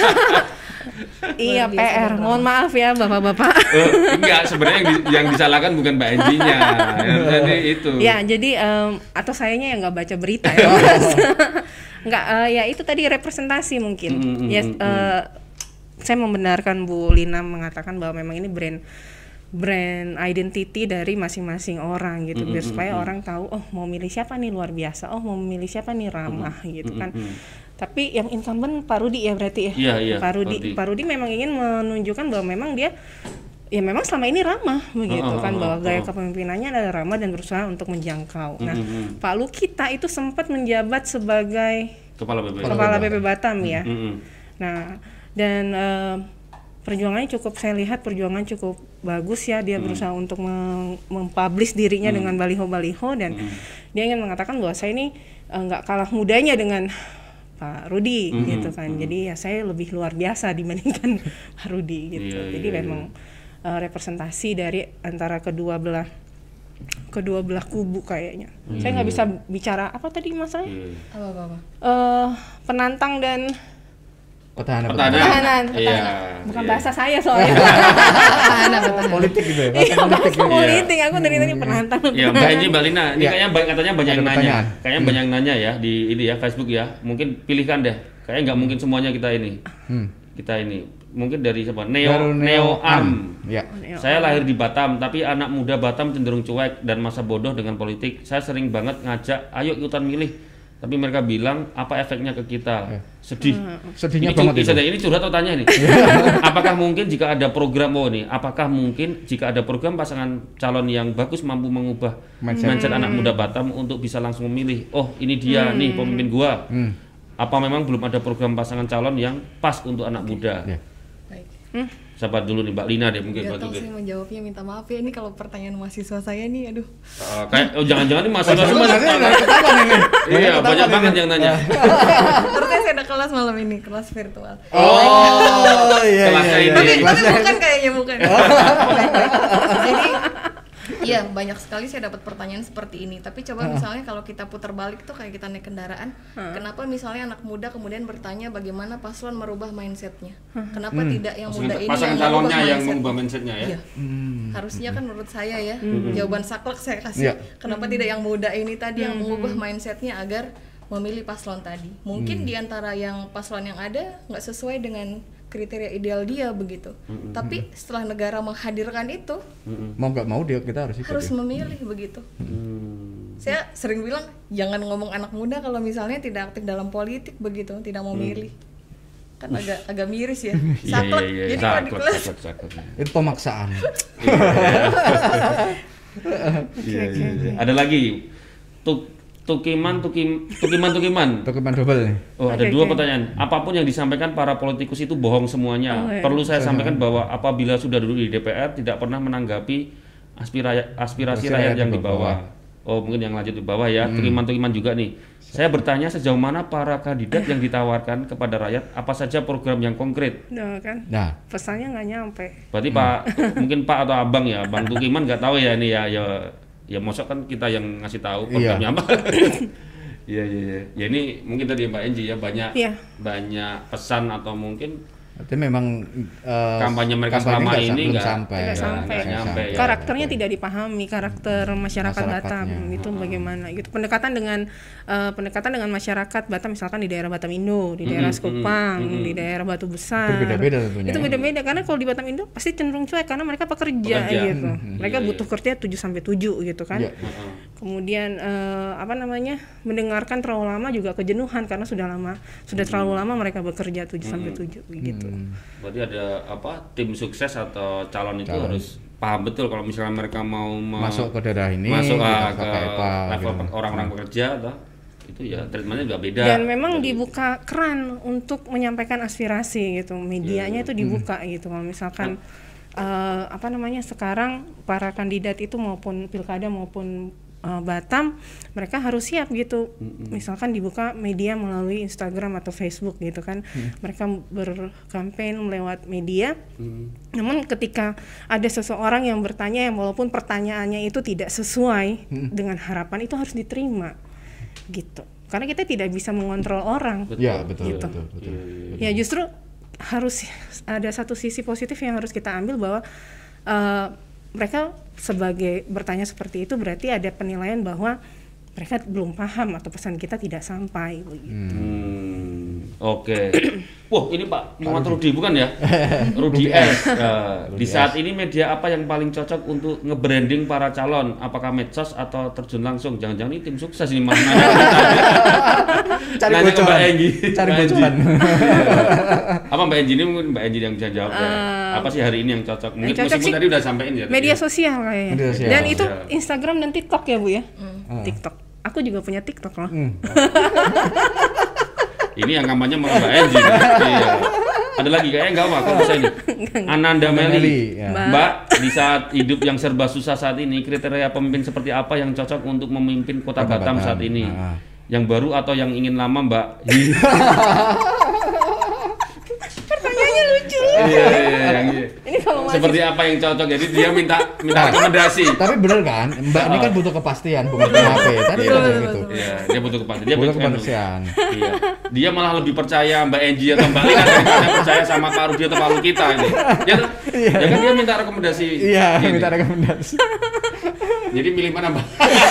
Iya Luar P biasa R. dan Mohon maaf ya bapak-bapak. Oh, enggak, sebenarnya yang, di- yang disalahkan bukan Mbak Enjinya. Yang tadi itu. Ya jadi em, atau sayanya yang nggak baca berita ya. Nggak eh, ya itu tadi representasi mungkin. Mm, mm, Ya mm, eh, saya membenarkan Bu Lina mengatakan bahwa memang ini brand brand identity dari masing-masing orang gitu biar supaya orang tahu oh mau milih siapa nih luar biasa, oh mau milih siapa nih ramah gitu kan. Tapi yang incumbent Pak Rudi ya berarti ya. Iya, iya, Pak Rudi. Rudi. Pak Rudi memang ingin menunjukkan bahwa memang dia ya memang selama ini ramah begitu Oh, oh, kan oh, bahwa oh, gaya oh. kepemimpinannya adalah ramah dan berusaha untuk menjangkau. Nah, Mm-mm. Pak Lu kita itu sempat menjabat sebagai Kepala B P. kepala B P Batam ya. Mm-mm. Nah, dan eh, perjuangannya cukup saya lihat perjuangan cukup bagus ya dia berusaha untuk meng- mempublish dirinya dengan baliho-baliho dan dia ingin mengatakan bahwa saya ini eh, nggak kalah mudanya dengan Pak Rudi gitu kan. Jadi ya saya lebih luar biasa dibandingkan Pak Rudi gitu. Iya, Jadi iya, memang eh, representasi dari antara kedua belah kedua belah kubu kayaknya. Saya nggak bisa bicara apa tadi masalahnya? Iya. Apa apa apa. Eh, penantang dan Petahana. Petahana. Pertahanan, Iya. pertahanan. Bukan iya. bahasa saya soalnya. Politik gitu ya. Iya, bahasa politik bahasa gitu. politik. Aku dari tadi penantang. Ya, Mbak Enji, Mbak Lina, ini Ya. kayaknya ba- katanya banyak Ada yang nanya. pertanyaan. Kayaknya banyak yang nanya ya di ini ya Facebook ya. Mungkin pilihkan deh. Kayaknya nggak mungkin semuanya kita ini. Hmm. Kita ini. Mungkin dari siapa? Neo Baru Neo Arm. Ya. Saya lahir di Batam, tapi anak muda Batam cenderung cuek dan masa bodoh dengan politik. Saya sering banget ngajak, ayo ikutan milih. Tapi mereka bilang, apa efeknya ke kita? Sedih. Sedihnya ini, banget cu- itu. ini curhat atau tanya nih? Apakah mungkin jika ada program, oh nih, apakah mungkin jika ada program pasangan calon yang bagus mampu mengubah Mindset. mindset, anak muda Batam untuk bisa langsung memilih, oh ini dia nih pemimpin gua. Hmm. Apa memang belum ada program pasangan calon yang pas untuk anak muda? Ya. Baik. Siapa dulu nih, Mbak Lina deh mungkin. Gak Mbak tahu Lina. saya menjawabnya, minta maaf ya ini kalau pertanyaan mahasiswa saya nih, aduh. Uh, kayak oh jangan-jangan ini masih masih Masih ada ketahuan ini. iya banyak banget yang nanya. Ternyata saya ada kelas malam ini, kelas virtual. Oh iya Kelasnya iya. ini. iya. Tapi, tapi Kelasnya. bukan kayaknya bukan. Baik, baik. Jadi iya banyak sekali saya dapat pertanyaan seperti ini. Tapi coba misalnya kalau kita putar balik tuh kayak kita naik kendaraan, kenapa misalnya anak muda kemudian bertanya bagaimana paslon merubah mindsetnya? Kenapa tidak yang muda ini Pasangan yang calonnya merubah yang mindset? mengubah mindsetnya ya. Iya. Harusnya kan menurut saya ya jawaban saklek saya kasih. Iya. Kenapa tidak yang muda ini tadi yang mengubah mindsetnya agar memilih paslon tadi? Mungkin di antara yang paslon yang ada nggak sesuai dengan kriteria ideal dia begitu. Tapi setelah negara menghadirkan itu Mau nggak mau dia kita harus ikut. harus ya. memilih begitu. Hmm. Saya sering bilang jangan ngomong anak muda kalau misalnya tidak aktif dalam politik begitu, tidak mau milih. Kan agak agak miris ya. Saklek. Iya, iya, Jadi kalau di saklek, kelas saklek, saklek. Itu pemaksaan. Iya, iya, iya. Ada lagi Tuk, tukiman tukim tukiman tukiman. Dokumen double nih. Oh, ada Oke, dua oke. pertanyaan. Apapun yang disampaikan para politikus itu bohong semuanya. Oh, iya. Perlu saya sampaikan bahwa apabila sudah duduk di D P R tidak pernah menanggapi aspirasi aspirasi rakyat yang di bawah. Oh, mungkin yang lanjut di bawah ya. Tukiman-tukiman juga nih. Saya bertanya sejauh mana para kandidat yang ditawarkan kepada rakyat apa saja program yang konkret. Nah, kan Nah, pesannya nggak nyampe. Berarti Pak mungkin Pak atau Abang ya, Bang Tukiman nggak tahu ya ini ya ya ya mosok kan kita yang ngasih tahu programnya apa. Iya iya iya. Ya ini mungkin tadi Mbak Enji ya banyak Iya. banyak pesan atau mungkin Itu memang uh, kampanye mereka kampanye selama nggak- ini belum nggak- sampai. Tidak Ya, sampai. nggak nyampe, ya. Karakternya tidak dipahami, karakter masyarakat Batam Masyarakatnya. itu bagaimana gitu. Pendekatan dengan eh, pendekatan dengan masyarakat Batam misalkan di daerah Batam Indo, di daerah Sekupang, di daerah Batu Besar. Berbeda-beda tentunya, Itu ya. beda-beda karena kalau di Batam Indo pasti cenderung cuek karena mereka pekerja, Pekerja. gitu. Mereka Iya, butuh kerja tujuh sampai tujuh gitu kan. Iya. Kemudian eh, apa namanya? mendengarkan terlalu lama juga kejenuhan karena sudah lama sudah terlalu lama mereka bekerja tujuh sampai tujuh gitu. berarti ada apa tim sukses atau calon itu Calon. harus paham betul kalau misalnya mereka mau me- Masuk ke daerah ini, masuk kita ah, ke pakai apa, level gitu. pe- orang-orang pekerja atau itu ya treatmentnya juga beda. Dan memang dibuka keran untuk menyampaikan aspirasi gitu, medianya itu dibuka gitu. Kalau misalkan eh, apa namanya sekarang para kandidat itu maupun pilkada maupun eh, Batam, mereka harus siap gitu. Misalkan dibuka media melalui Instagram atau Facebook gitu kan, mereka berkampanye lewat media. Namun ketika ada seseorang yang bertanya yang walaupun pertanyaannya itu tidak sesuai dengan harapan itu harus diterima gitu. Karena kita tidak bisa mengontrol orang. Ya, betul, Gitu. betul, betul. Ya justru harus ada satu sisi positif yang harus kita ambil bahwa uh, mereka sebagai bertanya seperti itu berarti ada penilaian bahwa mereka belum paham atau pesan kita tidak sampai begitu. Hmm, Oke. Wah ini Pak Muhammad Rudi bukan ya? Rudi S. Ya, di saat ini media apa yang paling cocok untuk nge-branding para calon? Apakah medsos atau terjun langsung? Jangan-jangan ini tim sukses ini Mas. Nanya, Cari nanya ke bocoran. Mbak Enggi. Cari Mbak Enggi. bocoran. Apa Mbak Enggi ini mungkin Mbak Enggi yang bisa jawab ya. Apa sih hari ini yang cocok? Mungkin Yang cocok meskipun sih tadi udah sampein ya. Media tadi ya. sosial kayaknya. Media sosial. Dan itu Sosial. Instagram dan TikTok ya Bu ya. TikTok. Aku juga punya TikTok loh. Ini yang kampanye malah Mbak Enggi. Iya. Ada lagi kayaknya enggak Pak kalau bisa ini. Ananda Meli, Meli. ya. Mbak, di saat hidup yang serba susah saat ini, kriteria pemimpin seperti apa yang cocok untuk memimpin Kota Kota Batam Batam. saat ini? Ah. Yang baru atau yang ingin lama, Mbak? Pertanyaannya lucu. Iya, iya, yang iya. Ini kalau masih Seperti apa yang cocok? Jadi dia minta minta rekomendasi. Tapi bener kan, Mbak ini kan butuh kepastian, bukan P H P. Tadi Iya, kan gitu. Iya, dia butuh kepastian. Dia Butuh butuh kepastian. Iya. Dia malah lebih percaya Mbak Enggi atau Mbak Lina daripada percaya sama Pak Rudi atau Pak Lu kita ini. Ya, tuh? Ya kan dia minta rekomendasi. Iya, Ini. minta rekomendasi. Jadi milih mana Mbak?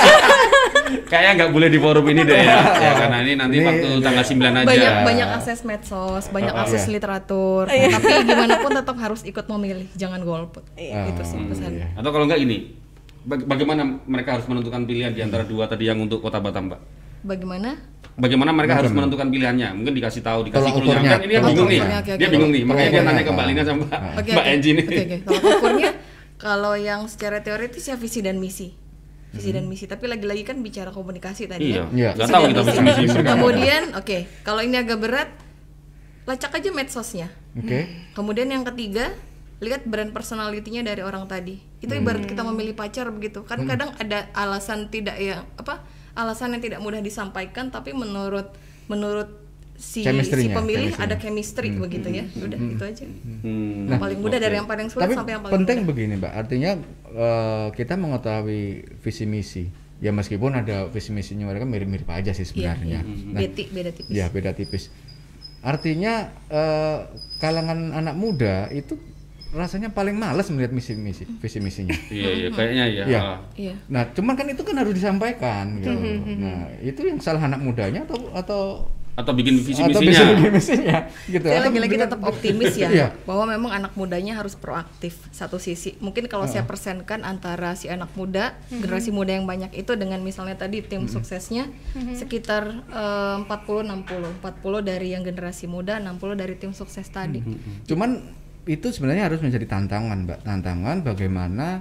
Kayaknya nggak boleh di forum ini deh ya. Ya karena ini nanti Ini- waktu tanggal sembilan aja. banyak banyak akses medsos, banyak Oh, akses iya. literatur, tapi gimana pun tetap harus ikut memilih, jangan golput. Iya. Itu sih Oh, pesan. iya. Atau kalau nggak ini, baga- bagaimana mereka harus menentukan pilihan di antara dua tadi yang untuk Kota Batam, Mbak? Bagaimana? Bagaimana mereka harus Bagaimana? menentukan pilihannya? Mungkin dikasih tahu, dikasih Tolak clue-nya. ukurnya. Kan ini dia Tolak bingung nih. ukurnya, oke, oke. Dia bingung nih. Makanya dia Tolak nanya ke ukurnya. Mbak Lina sama Oke, Mbak oke. Enggi nih. Oke, oke. Tolak ukurnya kalau yang secara teoritis ya visi dan misi. Visi dan misi, tapi lagi-lagi kan bicara komunikasi tadi Iya. ya. Iya. Nggak Visi tahu dan kita misi. visi misi mereka. Kemudian, oke, kalau ini agak berat, lacak aja medsosnya. Oke. Kemudian yang ketiga, lihat brand personality-nya dari orang tadi. Itu ibarat kita memilih pacar begitu. Kan kadang ada alasan tidak ya apa? Alasan yang tidak mudah disampaikan tapi menurut menurut si, si Chemistry-nya, pemilih chemistry. ada chemistry begitu ya. Udah itu aja. Hmm. Yang paling mudah dari yang paling sulit Tapi sampai yang paling penting mudah. begini, Mbak. Artinya eh, kita mengetahui visi misi. Ya meskipun ada visi misinya mereka mirip-mirip aja sih sebenarnya. Nah, Beti beda tipis. ya beda tipis. Artinya eh, kalangan anak muda itu rasanya paling males melihat misi-misi, visi misinya. Iya, iya, kayaknya ya. Iya. Ah. Iya. Nah, cuman kan itu kan harus disampaikan gitu. Nah, itu yang salah anak mudanya atau atau Atau bikin visi atau misinya. visi misinya gitu. Saya Atau lagi-lagi dengan- tetap optimis ya, Iya. bahwa memang anak mudanya harus proaktif. Satu sisi, mungkin kalau saya persenkan antara si anak muda, generasi muda yang banyak itu dengan misalnya tadi tim suksesnya sekitar eh, empat puluh enam puluh, empat puluh dari yang generasi muda, enam puluh dari tim sukses tadi. Cuman itu sebenarnya harus menjadi tantangan, Mbak. Tantangan bagaimana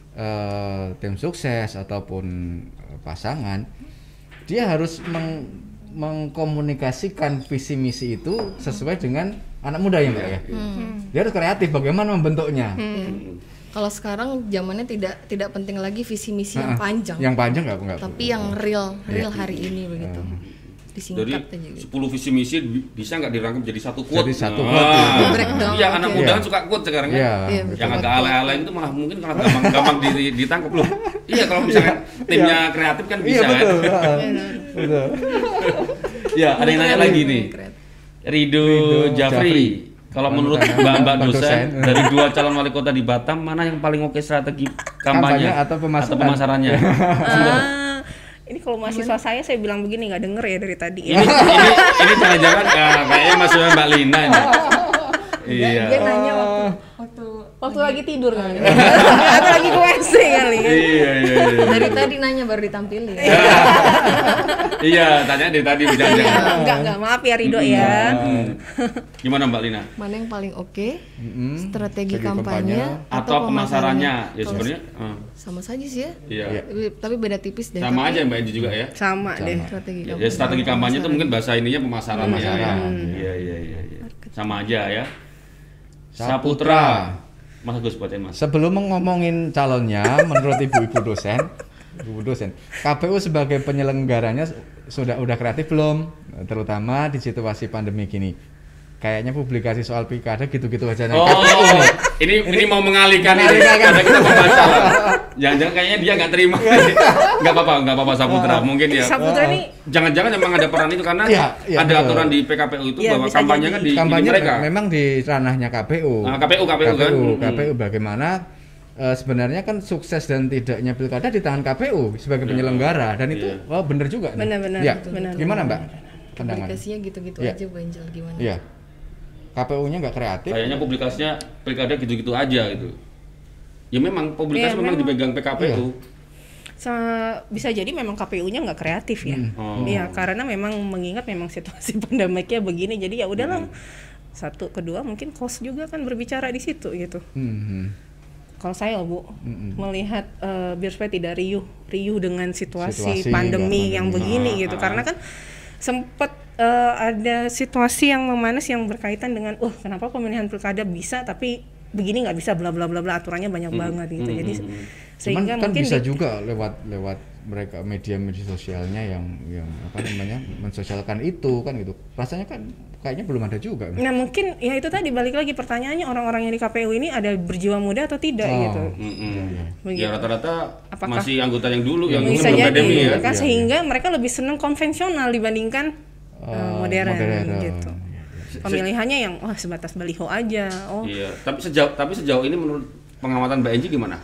eh, tim sukses ataupun eh, pasangan dia harus meng- mengkomunikasikan visi misi itu sesuai dengan anak muda ya, Mbak ya. Dia harus kreatif bagaimana membentuknya. Kalau sekarang zamannya tidak tidak penting lagi visi misi yang Ah, panjang, Yang panjang nggak nggak. tapi yang real, real hari ini begitu. Jadi Disingkat aja gitu. sepuluh visi misi bi- bisa nggak dirangkum jadi satu quote? Jadi satu Nah. quote, ya. Di breakdown, Iya, anak oke. muda Iya. kan suka quote sekarang kan. Iya. Iya, Yang betul. agak alay-alay itu malah mungkin malah gampang-gampang di- ditangkap loh. Iya, kalau misalnya timnya kreatif kan Iya bisa betul. kan. Heeh. Betul. Ya, ada yang nanya lagi nih. Keren. Rido, Rido Jafri. Jafri. Kalau menurut Mantan- Mbak-mbak Pak dosen, dosen. dari dua calon wali kota di Batam, mana yang paling oke strategi kampanye, Kampanye atau pemasaran? pemasarannya? Ah, ini kalau mahasiswa saya saya bilang begini nggak denger ya dari tadi ini ya. ini ini jangan-jangan ah, kayaknya maksudnya Mbak Lina ini. Iya. Dia nanya waktu waktu Waktu lagi tidur kali. Atau lagi ke W C kali ya. Iya, iya, iya. dari tadi nanya baru ditampilin. Iya, tanya dari tadi jangan. Ah, Enggak, enggak, maaf ya Rido ya. Hmm. Gimana Mbak Lina? Mana yang paling oke? Mm-mm. Strategi Strategi kampanye kampanye Atau pemasarannya? Ya Kalau sebenarnya eh, sama saja sih ya. iya. Iya. Tapi, tapi beda tipis deh. Sama Tapi aja Mbak Enji juga ya. Sama, deh. Strategi Ya, kampanye. ya strategi kampanye itu mungkin bahasa ininya pemasaran, Pemasaran, ya. iya. Iya, iya, iya, iya. Sama aja ya. Saputra. Mas Agus buatin Mas. Sebelum ngomongin calonnya, menurut ibu-ibu dosen, ibu dosen, K P U sebagai penyelenggaranya sudah udah kreatif belum? Terutama di situasi pandemi gini. Kayaknya publikasi soal pilkada gitu-gitu aja. Nah, Oh, K P U nih. ini ini mau mengalihkan ini. Mengalihkan. Karena kita membaca. Jangan-jangan kayaknya dia nggak terima. Nggak apa-apa, nggak apa-apa Saputra. Mungkin ya. Saputra nih Jangan-jangan memang ada peran itu karena Iya, iya, ada betul. aturan di P K P U itu Iya, bahwa bisa kampanye jadi. kan di, di Kampanye mereka. memang di ranahnya K P U. Ah, K P U, K P U kan? K P U Hmm. bagaimana eh, sebenarnya kan sukses dan tidaknya pilkada di tangan K P U sebagai Iya. penyelenggara dan itu Iya. oh benar juga. nih. Benar-benar, Ya. benar. Gimana Mbak? Pandangan. Publikasinya gitu-gitu Iya. aja Bu Angel gimana? Iya. K P U-nya nggak kreatif. Kayaknya publikasinya pilkada gitu-gitu aja gitu. Ya memang publikasi Iya, memang memang. dipegang P K P U. Sa- bisa jadi memang K P U-nya nggak kreatif ya. Oh. Iya, karena memang mengingat memang situasi pandemiknya begini, jadi ya udahlah. Satu, kedua mungkin cost juga kan berbicara di situ gitu. Hmm. Kalau saya Bu Mm-mm. melihat eh, biar supaya tidak riuh, riuh dengan situasi, Situasi, pandemi nggak yang pandemi. begini Ah, gitu. ah. Karena kan sempat eh, ada situasi yang memanas yang berkaitan dengan, uh kenapa pemilihan pilkada bisa tapi begini nggak bisa, bla bla bla bla, aturannya banyak banget gitu. Hmm, Jadi hmm, hmm. sehingga Cuman kan mungkin bisa di- juga lewat lewat mereka media-media sosialnya yang yang apa namanya mensosialkan itu kan gitu. Rasanya kan kayaknya belum ada juga. Nah mungkin ya itu tadi balik lagi pertanyaannya, orang-orang yang di K P U ini ada berjiwa muda atau tidak Oh. gitu. Mm-mm. Begitu. Ya rata-rata Apakah- masih anggota yang dulu yang dulu Bisa belum jadi pandemi gitu ya. kan, Iya, sehingga mereka lebih senang konvensional dibandingkan uh, Oh, modern, modern. gitu. Pemilihannya yang wah sebatas baliho aja. Oh, Iya, tapi sejauh tapi sejauh ini menurut pengamatan Mbak Enji gimana?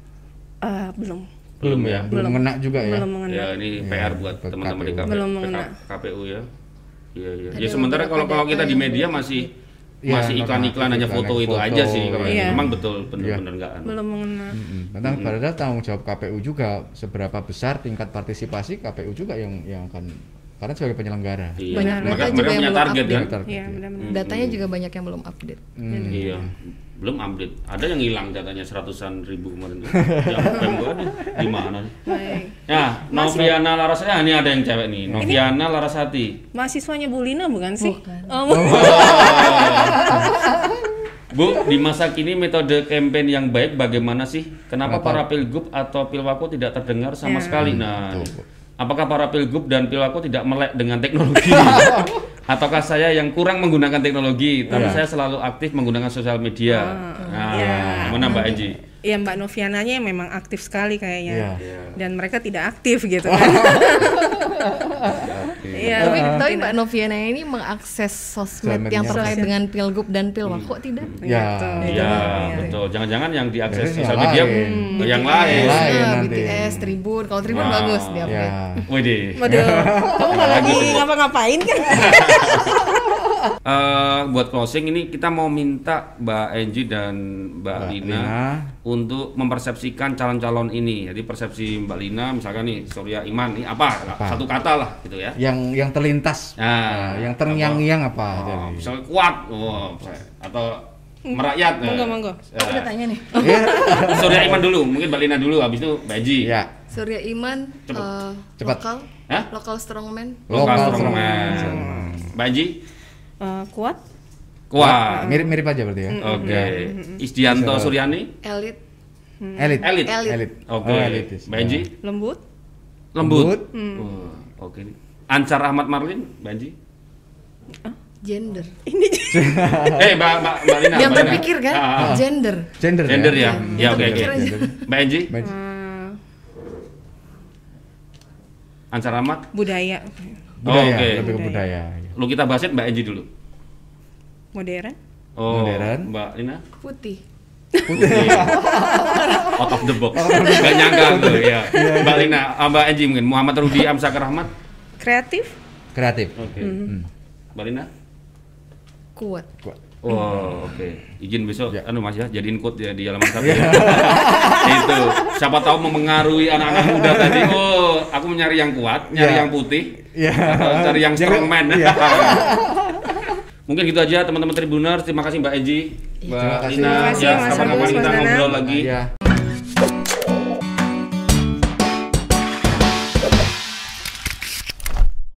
ah, belum. Belum ya, belum Belum. ngena juga ya. Belum mengenai. Ya ini P R buat buat teman-teman di K P U. K P U, Belum P K- mengena. K P U ya. Iya iya. Ada Ya sementara beberapa kalau kalau data kita di yang media belum masih Iya, masih normal. iklan-iklan hanya Iklan, foto itu foto, aja sih kalau iya. memang betul benar-benar enggak. Belum mengenai. Mm-mm. Tentang padahal tanggung jawab K P U juga seberapa besar tingkat partisipasi K P U juga yang yang akan karena sebagai penyelenggara. Iya. Banyak Mereka, data juga mereka yang punya belum target update. kan. Target, Iya, ya. benar-benar. Datanya juga banyak yang belum update. Hmm. Iya. Belum update. Ada yang hilang datanya seratusan ribu kemarin tuh. Yang pem gua ada di mana? Baik. Ya, Noviana Larasati. Ah, ini ada yang cewek nih. Noviana Larasati. Mahasiswanya Bu Lina bukan sih? Bukan. Oh, Bu, di masa kini metode campaign yang baik bagaimana sih? Kenapa Kenapa? para pilgub atau pilwako tidak terdengar sama Ya. sekali? Nah, Betul, Bu. apakah para pilgub dan pilwako tidak melek dengan teknologi? Ataukah saya yang kurang menggunakan teknologi, tapi Ya. saya selalu aktif menggunakan sosial media? Nah, Ya. gimana Mbak Enji? ya Mbak Noviananya memang aktif sekali kayaknya. Iya. Dan mereka tidak aktif gitu kan. Iya. Tapi tapi Mbak Noviana ini mengakses sosmed Sosmed yang media. terkait dengan pilgub dan pilwako tidak? Ya. Gitu. Iya, Iya. betul. Jangan-jangan yang diakses Jadi sosial yang media lain. hmm, yang lain. Yang lain Nah, nanti. B T S, Tribun. Kalau Tribun Nah, bagus dia update. Ya. Widih. Waduh, kamu nggak lagi ngapa-ngapain kan? Eh, buat closing ini kita mau minta Mbak Enji dan Mbak Mbak Lina, Lina. untuk mempersepsikan calon-calon ini. Jadi persepsi Mbak Lina misalkan nih Surya Iman ini apa? Apa? Satu kata lah gitu ya. Yang yang terlintas, Nah, nah, yang terngiang-ngiang apa? Oh, dari- misalnya kuat, oh, atau merakyat. Monggo, eh. monggo. Eh, Aku udah tanya nih. Iya. Surya Iman dulu, mungkin Mbak Lina dulu, habis itu Mbak Enji. Ya. Surya Iman Cepet. eh, Cepet. lokal, Hah? lokal strongman. Lokal Lokal strongman. strongman. Mbak Enji, Eh, kuat. kuat. Mirip-mirip aja berarti ya. Oke. Isdianto Bisa. Suryani, Elit. Elit. elit. Elit. Elit. Oke. Oh, elitis. Mbak Enji, Lembut. lembut. Lembut. Oh, oke. Ancar Ahmad Marlin, Mbak Enji. Gender. Eh, Mbak Mbak Mbak Lina. Yang Mbak Lina. terpikir kan? Ah, ah. Gender. Gender, Gender ya. ya. Ya, oke oke. terpikir aja. Mbak Enji. Baik. Eh, Ansar Ahmad? Budaya. Budaya, oke. lebih ke budaya. Lu kita bahas Mbak Enji dulu. Modern. Oh, Modern. Mbak Lina? Putih. Putih. Out of the box. Gak nyangka tuh ya. Mbak Lina, ah, Mbak Enji mungkin Muhammad Rudi Amsakar Ahmad. Kreatif. Kreatif. Oke. Hmm. Mbak Lina? Kuat. Kuat. Oh, oke. Izin besok Ya. anu Mas ya, jadiin quote ya di halaman satu. Ya. Itu. Siapa tahu memengaruhi anak-anak muda tadi. Oh, aku mencari yang kuat, nyari Ya. yang putih. Ya. Atau cari yang Jangan- strongman. ya. Mungkin gitu aja teman-teman Tribuners. Terima kasih Mbak Enji, Mbak Terima kasih. Lina. Terima kasih, Ya, Mas kapan-kapan Agus, kita Mas Danang. ngobrol lagi. Ya.